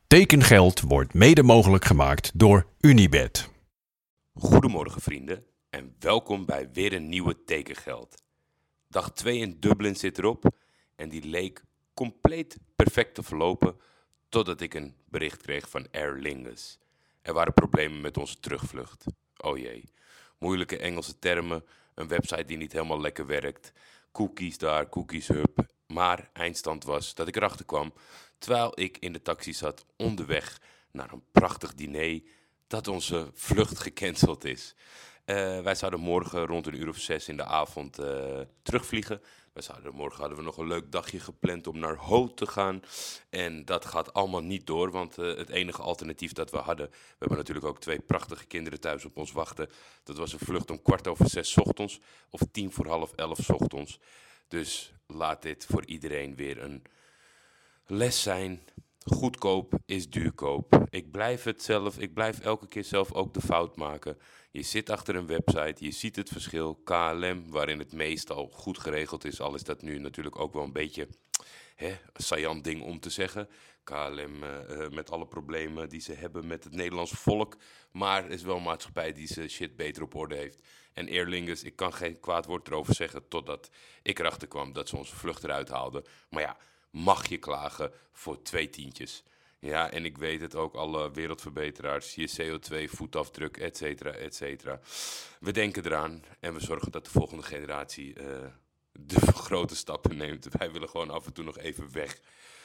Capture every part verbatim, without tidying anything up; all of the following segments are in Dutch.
Tekengeld wordt mede mogelijk gemaakt door Unibet. Goedemorgen vrienden en welkom bij weer een nieuwe Tekengeld. Dag twee in Dublin zit erop en die leek compleet perfect te verlopen totdat ik een bericht kreeg van Aer Lingus. Er waren problemen met onze terugvlucht. Oh jee, moeilijke Engelse termen, een website die niet helemaal lekker werkt, cookies daar, cookies hub. Maar eindstand was dat ik erachter kwam terwijl ik in de taxi zat onderweg naar een prachtig diner dat onze vlucht gecanceld is. Uh, wij zouden morgen rond een uur of zes in de avond uh, terugvliegen. Wij zouden, morgen hadden we nog een leuk dagje gepland om naar Ho te gaan. En dat gaat allemaal niet door, want uh, het enige alternatief dat we hadden... We hebben natuurlijk ook twee prachtige kinderen thuis op ons wachten. Dat was een vlucht om kwart over zes 's ochtends of tien voor half elf 's ochtends. Dus laat dit voor iedereen weer een les zijn. Goedkoop is duurkoop. Ik blijf het zelf, ik blijf elke keer zelf ook de fout maken. Je zit achter een website, je ziet het verschil. K L M, waarin het meestal goed geregeld is, al is dat nu natuurlijk ook wel een beetje hè, een saillant ding om te zeggen. K L M uh, uh, met alle problemen die ze hebben met het Nederlandse volk. Maar er is wel een maatschappij die zijn shit beter op orde heeft. En Aer Lingus, ik kan geen kwaad woord erover zeggen totdat ik erachter kwam dat ze onze vlucht eruit haalden. Maar ja, mag je klagen voor twee tientjes. Ja, en ik weet het ook, alle wereldverbeteraars, je C O twee voetafdruk, et cetera, et cetera. We denken eraan en we zorgen dat de volgende generatie uh, de grote stappen neemt. Wij willen gewoon af en toe nog even weg.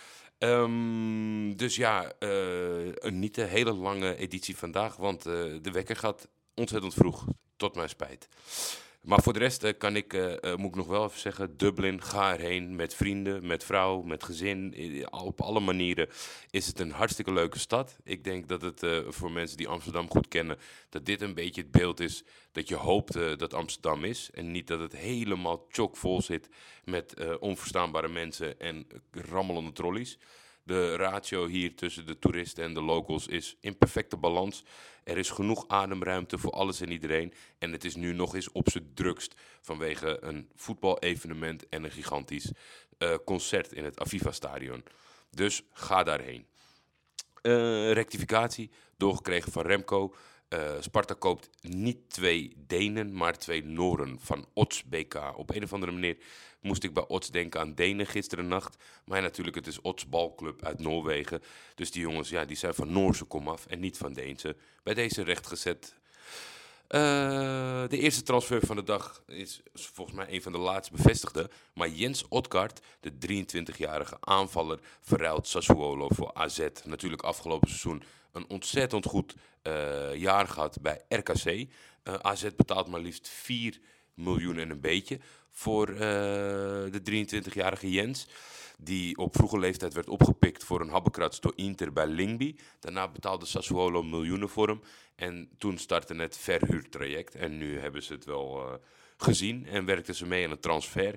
Um, dus ja, uh, een niet een hele lange editie vandaag, want uh, de wekker gaat ontzettend vroeg, tot mijn spijt. Maar voor de rest uh, kan ik, uh, uh, moet ik nog wel even zeggen, Dublin, ga erheen met vrienden, met vrouw, met gezin. Op alle manieren is het een hartstikke leuke stad. Ik denk dat het uh, voor mensen die Amsterdam goed kennen, dat dit een beetje het beeld is dat je hoopt uh, dat Amsterdam is. En niet dat het helemaal chockvol zit met uh, onverstaanbare mensen en rammelende trolleys. De ratio hier tussen de toeristen en de locals is in perfecte balans. Er is genoeg ademruimte voor alles en iedereen. En het is nu nog eens op zijn drukst vanwege een voetbalevenement en een gigantisch uh, concert in het Aviva-stadion. Dus ga daarheen. Uh, rectificatie, doorgekregen van Remco. Uh, Sparta koopt niet twee Denen, maar twee Noren van Ods B K. Op een of andere manier moest ik bij Ods denken aan Denen gisteren nacht. Maar natuurlijk, het is Ods balclub uit Noorwegen. Dus die jongens, ja, die zijn van Noorse komaf en niet van Deense. Bij deze rechtgezet. Uh, de eerste transfer van de dag is volgens mij een van de laatst bevestigde. Maar Jens Odgaard, de drieëntwintigjarige aanvaller, verruilt Sassuolo voor A Z. Natuurlijk afgelopen seizoen een ontzettend goed uh, jaar gehad bij R K C. Uh, A Z betaalt maar liefst vier miljoen en een beetje voor uh, de drieëntwintigjarige Jens. Die op vroege leeftijd werd opgepikt voor een habbekrats door Inter bij Lyngby. Daarna betaalde Sassuolo miljoenen voor hem. En toen startte het verhuurtraject. En nu hebben ze het wel uh, gezien en werkten ze mee aan een transfer.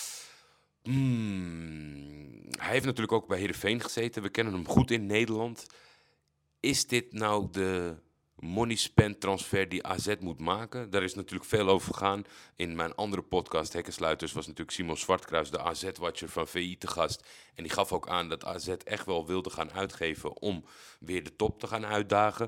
Hmm, hij heeft natuurlijk ook bij Heerenveen gezeten. We kennen hem goed in Nederland. Is dit nou de money spent transfer die A Z moet maken? Daar is natuurlijk veel over gegaan. In mijn andere podcast, Hekkensluiters, was natuurlijk Simon Zwartkruis, de A Z-watcher van V I, te gast. En die gaf ook aan dat A Z echt wel wilde gaan uitgeven om weer de top te gaan uitdagen.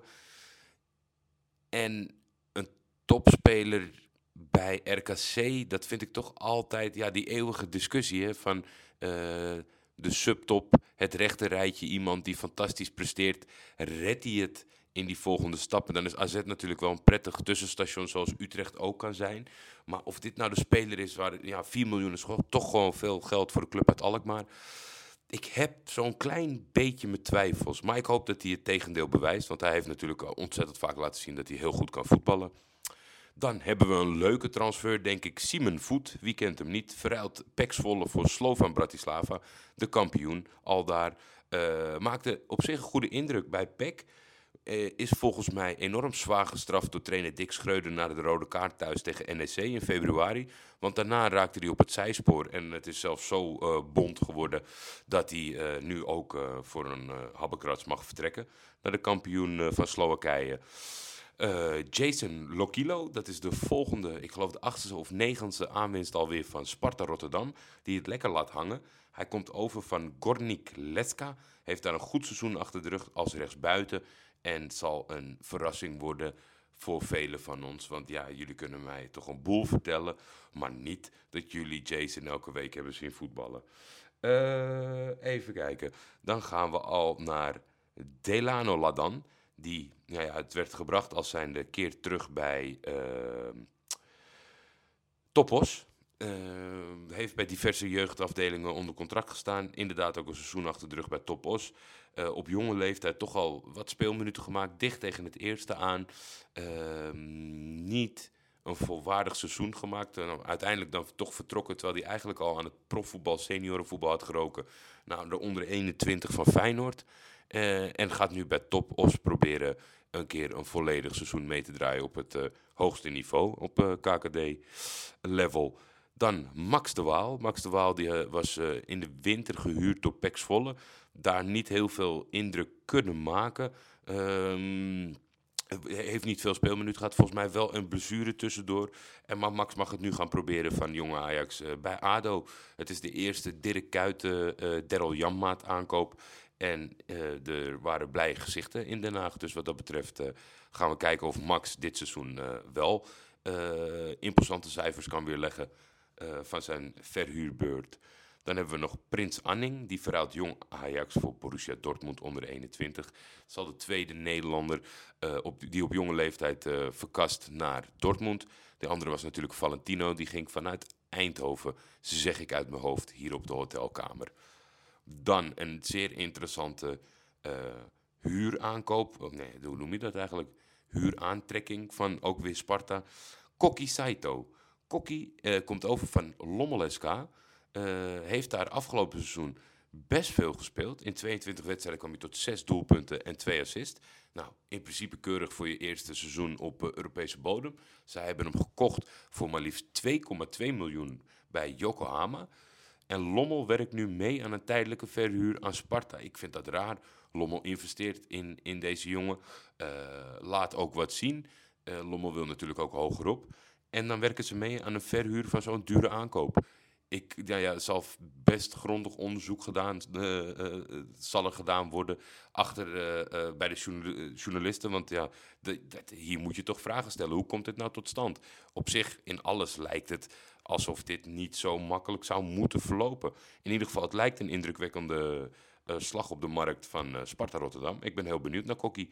En een topspeler bij R K C, dat vind ik toch altijd ja, die eeuwige discussie hè, van uh, de subtop, het rechte rijtje, iemand die fantastisch presteert, redt hij het in die volgende stappen? Dan is A Z natuurlijk wel een prettig tussenstation zoals Utrecht ook kan zijn. Maar of dit nou de speler is waar ja, vier miljoen is toch gewoon veel geld voor de club uit Alkmaar. Ik heb zo'n klein beetje mijn twijfels. Maar ik hoop dat hij het tegendeel bewijst. Want hij heeft natuurlijk ontzettend vaak laten zien dat hij heel goed kan voetballen. Dan hebben we een leuke transfer, denk ik. Simon Voet, wie kent hem niet, verruilt P E C Zwolle voor Slovan Bratislava. De kampioen, al daar. Uh, maakte op zich een goede indruk bij P E C. Uh, is volgens mij enorm zwaar gestraft door trainer Dick Schreuder na de rode kaart thuis tegen N E C in februari. Want daarna raakte hij op het zijspoor en het is zelfs zo uh, bond geworden dat hij uh, nu ook uh, voor een uh, habbekrats mag vertrekken naar de kampioen uh, van Slowakije. Uh, Jason Lokilo, dat is de volgende, ik geloof de achtste of negende aanwinst alweer van Sparta Rotterdam, die het lekker laat hangen. Hij komt over van Gornik Leska. Heeft daar een goed seizoen achter de rug als rechtsbuiten. En zal een verrassing worden voor velen van ons. Want ja, jullie kunnen mij toch een boel vertellen. Maar niet dat jullie Jason elke week hebben zien voetballen. Uh, even kijken. Dan gaan we al naar Delano Ladan. Die, nou ja, het werd gebracht als zijnde keer terug bij uh, Topos. Uh, heeft bij diverse jeugdafdelingen onder contract gestaan. Inderdaad ook een seizoen achter de rug bij Topos. Uh, op jonge leeftijd toch al wat speelminuten gemaakt. Dicht tegen het eerste aan. Uh, niet een volwaardig seizoen gemaakt. Uh, uiteindelijk dan toch vertrokken. Terwijl hij eigenlijk al aan het profvoetbal, seniorenvoetbal had geroken. Nou, de onder eenentwintig van Feyenoord. Uh, en gaat nu bij Topos proberen een keer een volledig seizoen mee te draaien op het uh, hoogste niveau. Op uh, K K D-level. Dan Max de Waal. Max de Waal die, uh, was uh, in de winter gehuurd door P E C Zwolle. Daar niet heel veel indruk kunnen maken. Um, heeft niet veel speelminuten gehad. Volgens mij wel een blessure tussendoor. En maar Max mag het nu gaan proberen van jonge Ajax uh, bij A D O. Het is de eerste Dirk Kuyt, uh, Daryl Janmaat aankoop. En uh, er waren blije gezichten in Den Haag. Dus wat dat betreft uh, gaan we kijken of Max dit seizoen uh, wel uh, imposante cijfers kan weerleggen uh, van zijn verhuurbeurt. Dan hebben we nog Prins Anning, die verruilt jong Ajax voor Borussia Dortmund onder eenentwintig. Dat is al de tweede Nederlander uh, op, die op jonge leeftijd uh, verkast naar Dortmund. De andere was natuurlijk Valentino, die ging vanuit Eindhoven, zeg ik uit mijn hoofd, hier op de hotelkamer. Dan een zeer interessante uh, huuraankoop, oh nee, hoe noem je dat eigenlijk? Huuraantrekking van ook weer Sparta. Koki Saito. Koki uh, komt over van Lommel S K. Uh, heeft daar afgelopen seizoen best veel gespeeld. In tweeëntwintig wedstrijden kwam hij tot zes doelpunten en twee assists. Nou, in principe keurig voor je eerste seizoen op uh, Europese bodem. Zij hebben hem gekocht voor maar liefst twee komma twee miljoen bij Yokohama. En Lommel werkt nu mee aan een tijdelijke verhuur aan Sparta. Ik vind dat raar. Lommel investeert in, in deze jongen. Uh, laat ook wat zien. Uh, Lommel wil natuurlijk ook hogerop. En dan werken ze mee aan een verhuur van zo'n dure aankoop. Ik, ja, ja, zal best grondig onderzoek gedaan, uh, uh, zal er gedaan worden achter, uh, uh, bij de journal- journalisten. Want ja, de, de, hier moet je toch vragen stellen. Hoe komt dit nou tot stand? Op zich, in alles lijkt het alsof dit niet zo makkelijk zou moeten verlopen. In ieder geval, het lijkt een indrukwekkende uh, slag op de markt van uh, Sparta Rotterdam. Ik ben heel benieuwd naar Kokkie.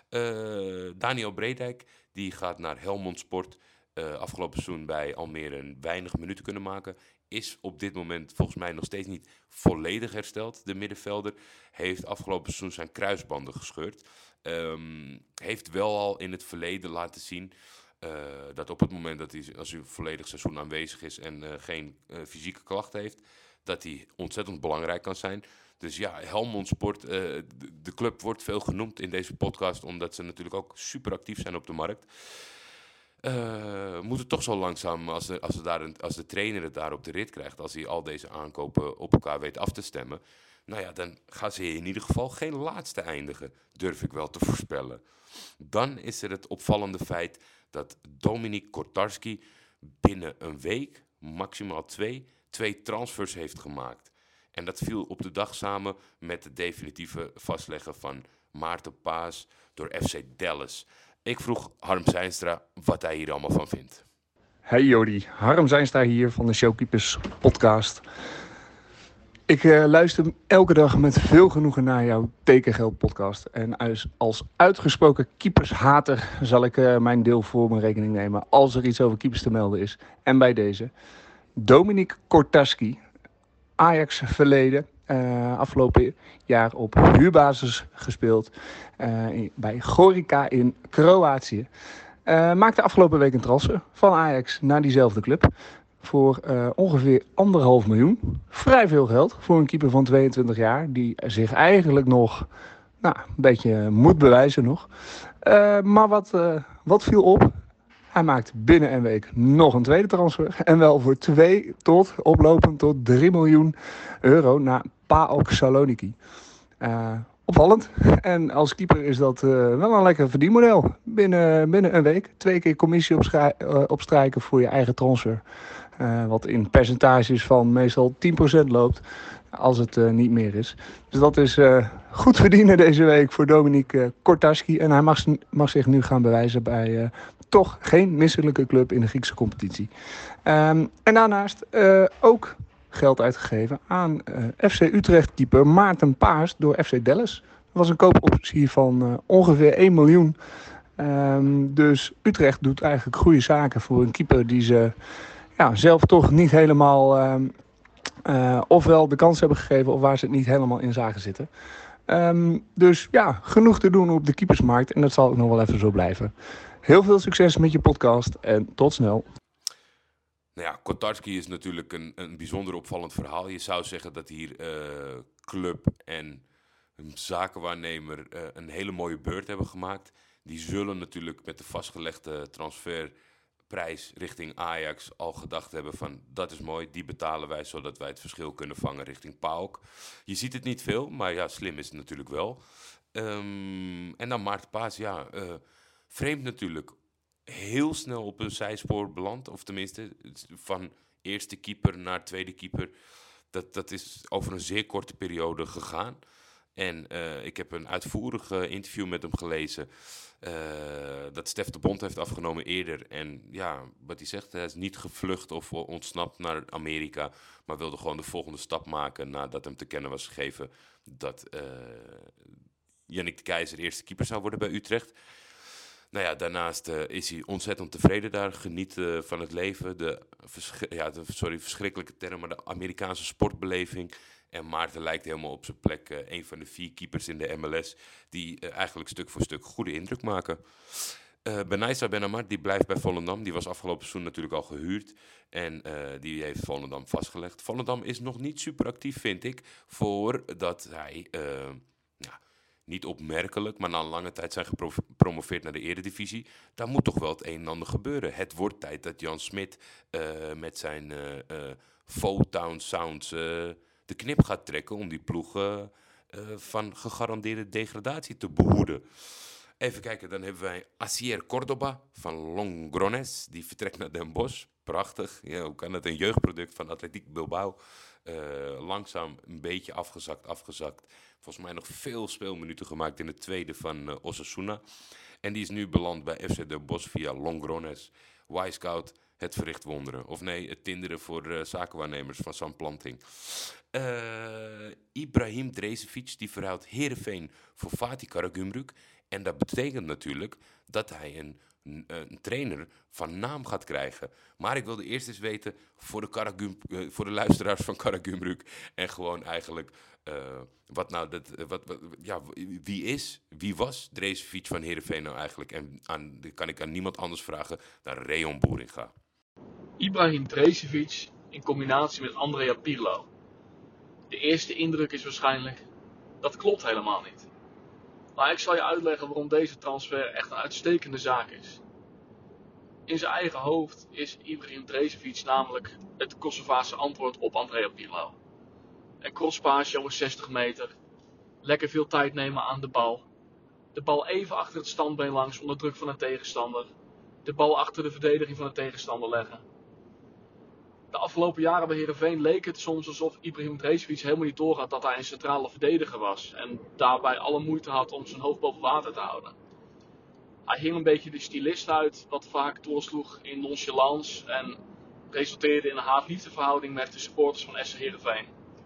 Uh, Daniel Breedijk, die gaat naar Helmond Sport. Uh, afgelopen seizoen bij Almere weinig minuten kunnen maken. Is op dit moment volgens mij nog steeds niet volledig hersteld. De middenvelder heeft afgelopen seizoen zijn kruisbanden gescheurd. Um, heeft wel al in het verleden laten zien uh, dat op het moment dat hij, als hij een volledig seizoen aanwezig is en uh, geen uh, fysieke klachten heeft, dat hij ontzettend belangrijk kan zijn. Dus ja, Helmond Sport, uh, de, de club wordt veel genoemd in deze podcast, omdat ze natuurlijk ook super actief zijn op de markt. Uh, moet het toch zo langzaam, als de, als, de daar een, als de trainer het daar op de rit krijgt, als hij al deze aankopen op elkaar weet af te stemmen, nou ja, dan gaan ze in ieder geval geen laatste eindigen, durf ik wel te voorspellen. Dan is er het opvallende feit dat Dominik Kotarski binnen een week, maximaal twee, twee transfers heeft gemaakt. En dat viel op de dag samen met het definitieve vastleggen van Maarten Paas door F C Dallas. Ik vroeg Harm Zijnstra wat hij hier allemaal van vindt. Hey Jody, Harm Zijnstra hier van de Showkeepers podcast. Ik uh, luister elke dag met veel genoegen naar jouw Tekengeld podcast. En als, als uitgesproken keepershater zal ik uh, mijn deel voor mijn rekening nemen als er iets over keepers te melden is. En bij deze, Dominik Kotarski, Ajax verleden. Uh, afgelopen jaar op huurbasis gespeeld uh, in, bij Gorica in Kroatië. Uh, maakte afgelopen week een transfer van Ajax naar diezelfde club voor uh, ongeveer anderhalf miljoen. Vrij veel geld voor een keeper van tweeëntwintig jaar die zich eigenlijk nog nou, een beetje moet bewijzen nog. Uh, maar wat, uh, wat viel op? Hij maakt binnen een week nog een tweede transfer. En wel voor twee tot, oplopend tot drie miljoen euro naar P A O K Saloniki. Uh, opvallend. En als keeper is dat uh, wel een lekker verdienmodel. Binnen, binnen een week. Twee keer commissie opschrij- uh, opstrijken voor je eigen transfer. Uh, wat in percentages van meestal tien procent loopt. als het uh, niet meer is. Dus dat is uh, goed verdienen deze week voor Dominik uh, Kortarski. En hij mag, mag zich nu gaan bewijzen bij uh, toch geen misselijke club in de Griekse competitie. Um, en daarnaast uh, ook geld uitgegeven aan uh, F C Utrecht-keeper Maarten Paas door F C Dallas. Dat was een koopoptie van uh, ongeveer één miljoen. Um, dus Utrecht doet eigenlijk goede zaken voor een keeper die ze ja, zelf toch niet helemaal um, uh, ofwel de kans hebben gegeven of waar ze het niet helemaal in zagen zitten. Um, dus ja, genoeg te doen op de keepersmarkt en dat zal ook nog wel even zo blijven. Heel veel succes met je podcast en tot snel. Nou ja, Kortarski is natuurlijk een, een bijzonder opvallend verhaal. Je zou zeggen dat hier uh, club en zakenwaarnemer uh, een hele mooie beurt hebben gemaakt. Die zullen natuurlijk met de vastgelegde transferprijs richting Ajax al gedacht hebben van dat is mooi, die betalen wij zodat wij het verschil kunnen vangen richting P A O K. Je ziet het niet veel, maar ja, slim is het natuurlijk wel. Um, en dan Maarten Paas, ja, uh, vreemd natuurlijk. Heel snel op een zijspoor beland, of tenminste van eerste keeper naar tweede keeper. Dat, dat is over een zeer korte periode gegaan. En uh, ik heb een uitvoerig uh, interview met hem gelezen uh, dat Stef de Bond heeft afgenomen eerder. En ja, wat hij zegt, hij is niet gevlucht of ontsnapt naar Amerika, maar wilde gewoon de volgende stap maken nadat hem te kennen was gegeven dat uh, Yannick de Keizer eerste keeper zou worden bij Utrecht. Nou ja, daarnaast uh, is hij ontzettend tevreden daar, geniet uh, van het leven. De, versch- ja, de sorry, verschrikkelijke term, maar de Amerikaanse sportbeleving. En Maarten lijkt helemaal op zijn plek uh, een van de vier keepers in de M L S die uh, eigenlijk stuk voor stuk goede indruk maken. Uh, Benaissa Benamar, die blijft bij Volendam. Die was afgelopen seizoen natuurlijk al gehuurd. En uh, die heeft Volendam vastgelegd. Volendam is nog niet super actief, vind ik, voordat hij... Uh, ja, niet opmerkelijk, maar na een lange tijd zijn gepromoveerd naar de Eredivisie. Daar moet toch wel het een en ander gebeuren. Het wordt tijd dat Jan Smit uh, met zijn uh, uh, Faux-Town Sounds uh, de knip gaat trekken om die ploeg uh, uh, van gegarandeerde degradatie te behoeden. Even kijken, dan hebben wij Asier Cordoba van Logroñés. Die vertrekt naar Den Bosch. Prachtig. Ja, hoe kan het? Een jeugdproduct van Atletiek Bilbao. Uh, langzaam een beetje afgezakt, afgezakt. Volgens mij nog veel speelminuten gemaakt in het tweede van uh, Osasuna. En die is nu beland bij F C Den Bosch via Logroñés. Y-Scout, het verricht wonderen. Of nee, het tinderen voor uh, zakenwaarnemers van Sam Planting. Uh, Ibrahim Drezevic, die verhuilt Heerenveen voor Fatih Karagümrük. En dat betekent natuurlijk dat hij een, een, een trainer van naam gaat krijgen. Maar ik wilde eerst eens weten voor de, Karagüm, uh, voor de luisteraars van Karagümrük en gewoon eigenlijk uh, wat nou dat, uh, wat, wat, ja, wie is, wie was Drezevic van Heerenveen nou eigenlijk? En aan, kan ik aan niemand anders vragen dan Reon Boeringa. Ibrahim Drezevic in combinatie met Andrea Pirlo. De eerste indruk is waarschijnlijk, dat klopt helemaal niet. Maar ik zal je uitleggen waarom deze transfer echt een uitstekende zaak is. In zijn eigen hoofd is Ibrahim Drezevic namelijk het Kosovaarse antwoord op Andrea Pirlo. Een crosspaasje over zestig meter, lekker veel tijd nemen aan de bal, de bal even achter het standbeen langs onder druk van een tegenstander, de bal achter de verdediging van de tegenstander leggen. De afgelopen jaren bij Heerenveen leek het soms alsof Ibrahim Drezevic helemaal niet doorgaat dat hij een centrale verdediger was en daarbij alle moeite had om zijn hoofd boven water te houden. Hij hing een beetje de stylist uit, wat vaak doorsloeg in nonchalance en resulteerde in een haat-liefdeverhouding met de supporters van S C Heerenveen.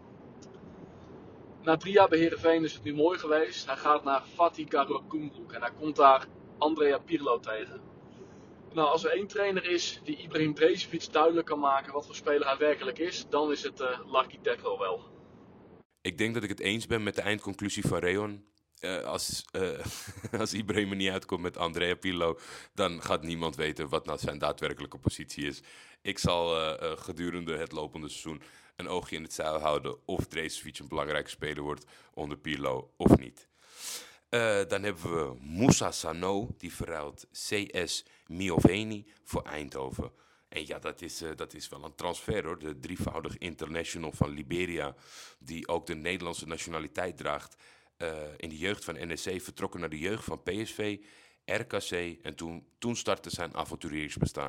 Na drie jaar bij Heerenveen is het nu mooi geweest. Hij gaat naar Fatih Karagümrük en hij komt daar Andrea Pirlo tegen. Nou, als er één trainer is die Ibrahim Drezevic duidelijk kan maken wat voor speler hij werkelijk is, dan is het uh, l'architecto wel. Ik denk dat ik het eens ben met de eindconclusie van Reon. Uh, als, uh, als Ibrahim er niet uitkomt met Andrea Pirlo, dan gaat niemand weten wat nou zijn daadwerkelijke positie is. Ik zal uh, uh, gedurende het lopende seizoen een oogje in het zeil houden of Drezevic een belangrijke speler wordt onder Pirlo of niet. Uh, dan hebben we Moussa Sano, die verruilt C S Mioveni voor Eindhoven. En ja, dat is, uh, dat is wel een transfer hoor. De drievoudig international van Liberia, die ook de Nederlandse nationaliteit draagt. Uh, in de jeugd van N E C vertrokken naar de jeugd van P S V, R K C. En toen, toen startte zijn avonturieringsbestaan.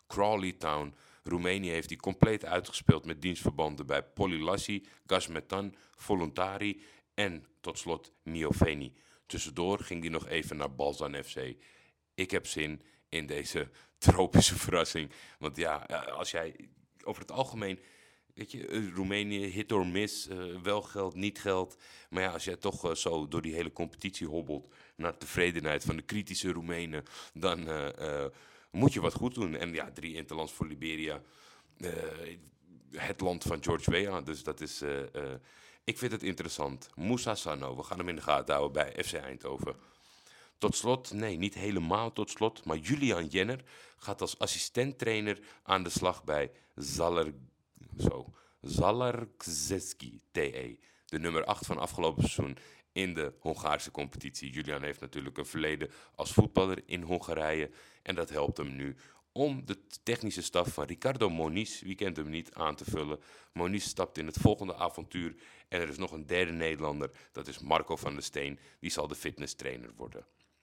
Crawley Town. Roemenië heeft hij compleet uitgespeeld met dienstverbanden bij Polilassi, Gazmetan, Voluntari en tot slot Miofeni. Tussendoor ging hij nog even naar Balzan F C. Ik heb zin in deze tropische verrassing. Want ja, als jij over het algemeen, weet je, Roemenië, hit or miss, uh, wel geld, niet geld. Maar ja, als jij toch uh, zo door die hele competitie hobbelt naar tevredenheid van de kritische Roemenen, dan uh, uh, moet je wat goed doen. En ja, drie interlands voor Liberia. Uh, het land van George Weah. Dus dat is, uh, uh, ik vind het interessant. Moussa Sano, we gaan hem in de gaten houden bij F C Eindhoven. Tot slot, nee, niet helemaal tot slot, maar Julian Jenner gaat als assistenttrainer aan de slag bij Zaler, zo, Zalerkzeski T E. De nummer acht van afgelopen seizoen in de Hongaarse competitie. Julian heeft natuurlijk een verleden als voetballer in Hongarije en dat helpt hem nu om de technische staf van Ricardo Moniz, wie kent hem niet, aan te vullen. Moniz stapt in het volgende avontuur en er is nog een derde Nederlander, dat is Marco van der Steen, die zal de fitnesstrainer worden.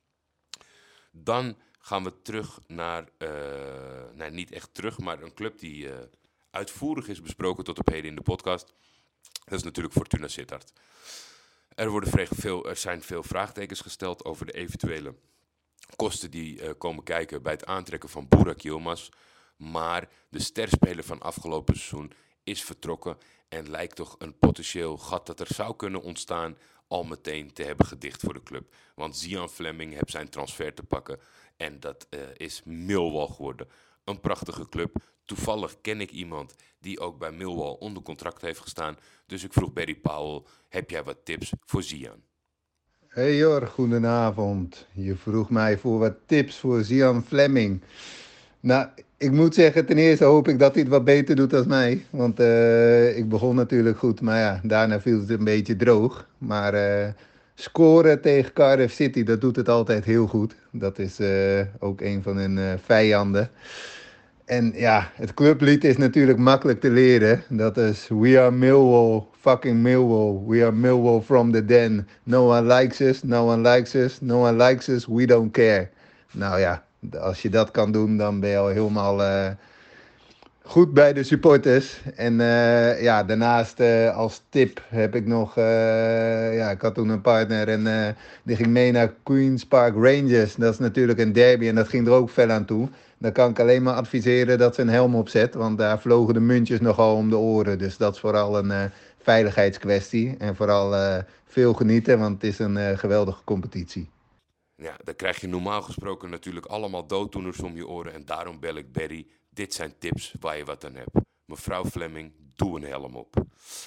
Dan gaan we terug naar, uh, nee, niet echt terug, maar een club die uh, uitvoerig is besproken tot op heden in de podcast. Dat is natuurlijk Fortuna Sittard. Er, worden veel, er zijn veel vraagtekens gesteld over de eventuele kosten die uh, komen kijken bij het aantrekken van Burak Yilmaz. Maar de sterspeler van afgelopen seizoen is vertrokken en lijkt toch een potentieel gat dat er zou kunnen ontstaan al meteen te hebben gedicht voor de club. Want Zian Fleming heeft zijn transfer te pakken en dat uh, is Millwall geworden. Een prachtige club. Toevallig ken ik iemand die ook bij Millwall onder contract heeft gestaan. Dus ik vroeg Barry Powell, heb jij wat tips voor Zian? Hey Jor, goedenavond. Je vroeg mij voor wat tips voor Zian Fleming. Nou, ik moet zeggen, ten eerste hoop ik dat hij het wat beter doet dan mij. Want uh, ik begon natuurlijk goed, maar ja, daarna viel het een beetje droog. Maar uh, scoren tegen Cardiff City, dat doet het altijd heel goed. Dat is uh, ook een van hun uh, vijanden. En ja, het clublied is natuurlijk makkelijk te leren. Dat is We are Millwall, fucking Millwall. We are Millwall from the den. No one likes us, no one likes us, no one likes us, we don't care. Nou ja, als je dat kan doen, dan ben je al helemaal uh, goed bij de supporters. En uh, ja, daarnaast uh, als tip heb ik nog, uh, ja, ik had toen een partner en uh, die ging mee naar Queen's Park Rangers. Dat is natuurlijk een derby en dat ging er ook fel aan toe. Dan kan ik alleen maar adviseren dat ze een helm opzet, want daar vlogen de muntjes nogal om de oren. Dus dat is vooral een uh, veiligheidskwestie en vooral uh, veel genieten, want het is een uh, geweldige competitie. Ja, dan krijg je normaal gesproken natuurlijk allemaal dooddoeners om je oren en daarom bel ik Barry. Dit zijn tips waar je wat aan hebt. Mevrouw Fleming, doe een helm op.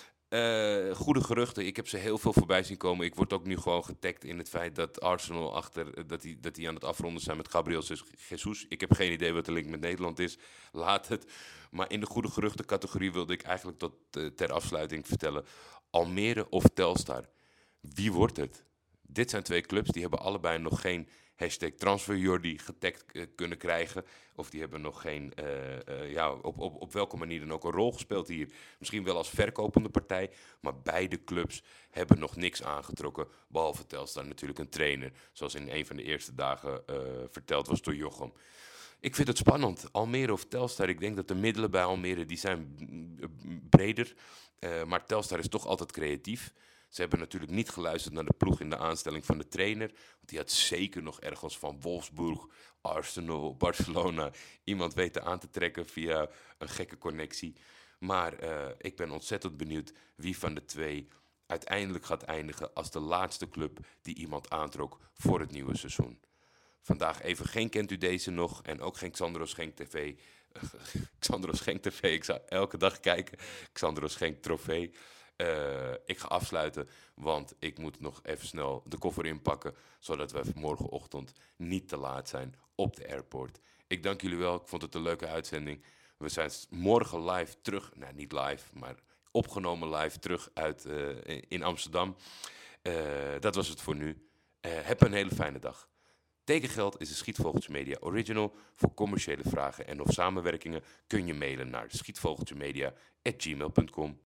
Uh, goede geruchten, ik heb ze heel veel voorbij zien komen. Ik word ook nu gewoon getagd in het feit dat Arsenal achter, dat die, dat die aan het afronden zijn met Gabriel Jesus. Ik heb geen idee wat de link met Nederland is, laat het. Maar in de goede geruchten categorie wilde ik eigenlijk tot, uh, ter afsluiting vertellen. Almere of Telstar, wie wordt het? Dit zijn twee clubs, die hebben allebei nog geen hashtag transferjordi getagd uh, kunnen krijgen. Of die hebben nog geen, uh, uh, ja, op, op, op welke manier dan ook een rol gespeeld hier. Misschien wel als verkopende partij, maar beide clubs hebben nog niks aangetrokken. Behalve Telstar natuurlijk een trainer, zoals in een van de eerste dagen uh, verteld was door Jochem. Ik vind het spannend. Almere of Telstar, ik denk dat de middelen bij Almere die zijn breder. Uh, maar Telstar is toch altijd creatief. Ze hebben natuurlijk niet geluisterd naar de ploeg in de aanstelling van de trainer. Want die had zeker nog ergens van Wolfsburg, Arsenal, Barcelona iemand weten aan te trekken via een gekke connectie. Maar uh, ik ben ontzettend benieuwd wie van de twee uiteindelijk gaat eindigen als de laatste club die iemand aantrok voor het nieuwe seizoen. Vandaag even geen Kent u deze nog en ook geen Xandro Schenk T V. Xandro Schenk T V, ik zou elke dag kijken. Xandro Schenk Trofee. Uh, ik ga afsluiten, want ik moet nog even snel de koffer inpakken, zodat we morgenochtend niet te laat zijn op de airport. Ik dank jullie wel, ik vond het een leuke uitzending. We zijn morgen live terug, nou niet live, maar opgenomen live terug uit, uh, in Amsterdam. Uh, dat was het voor nu. Uh, heb een hele fijne dag. Tekengeld is een Schietvogeltje Media original. Voor commerciële vragen en of samenwerkingen kun je mailen naar schietvogeltjemedia at gmail dot com.